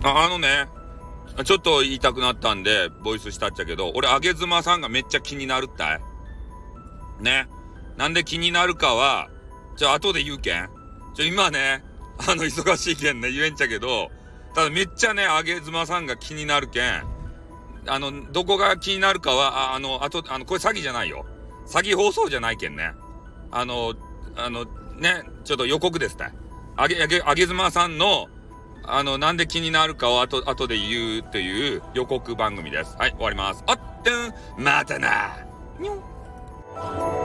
ちょっと言いたくなったんで、ボイスしたっちゃけど、俺、あげずまさんがめっちゃ気になるったい。ね。なんで気になるかは、後で言うけん。今ね、忙しいけんね、言えんちゃけど、ただめっちゃね、あげずまさんが気になるけん、どこが気になるかは、これ詐欺じゃないよ。詐欺放送じゃないけんね。ね、ちょっと予告ですたい。あげずまさんの、なんで気になるかを後で言うという予告番組です。はい、終わります。またな。にょん。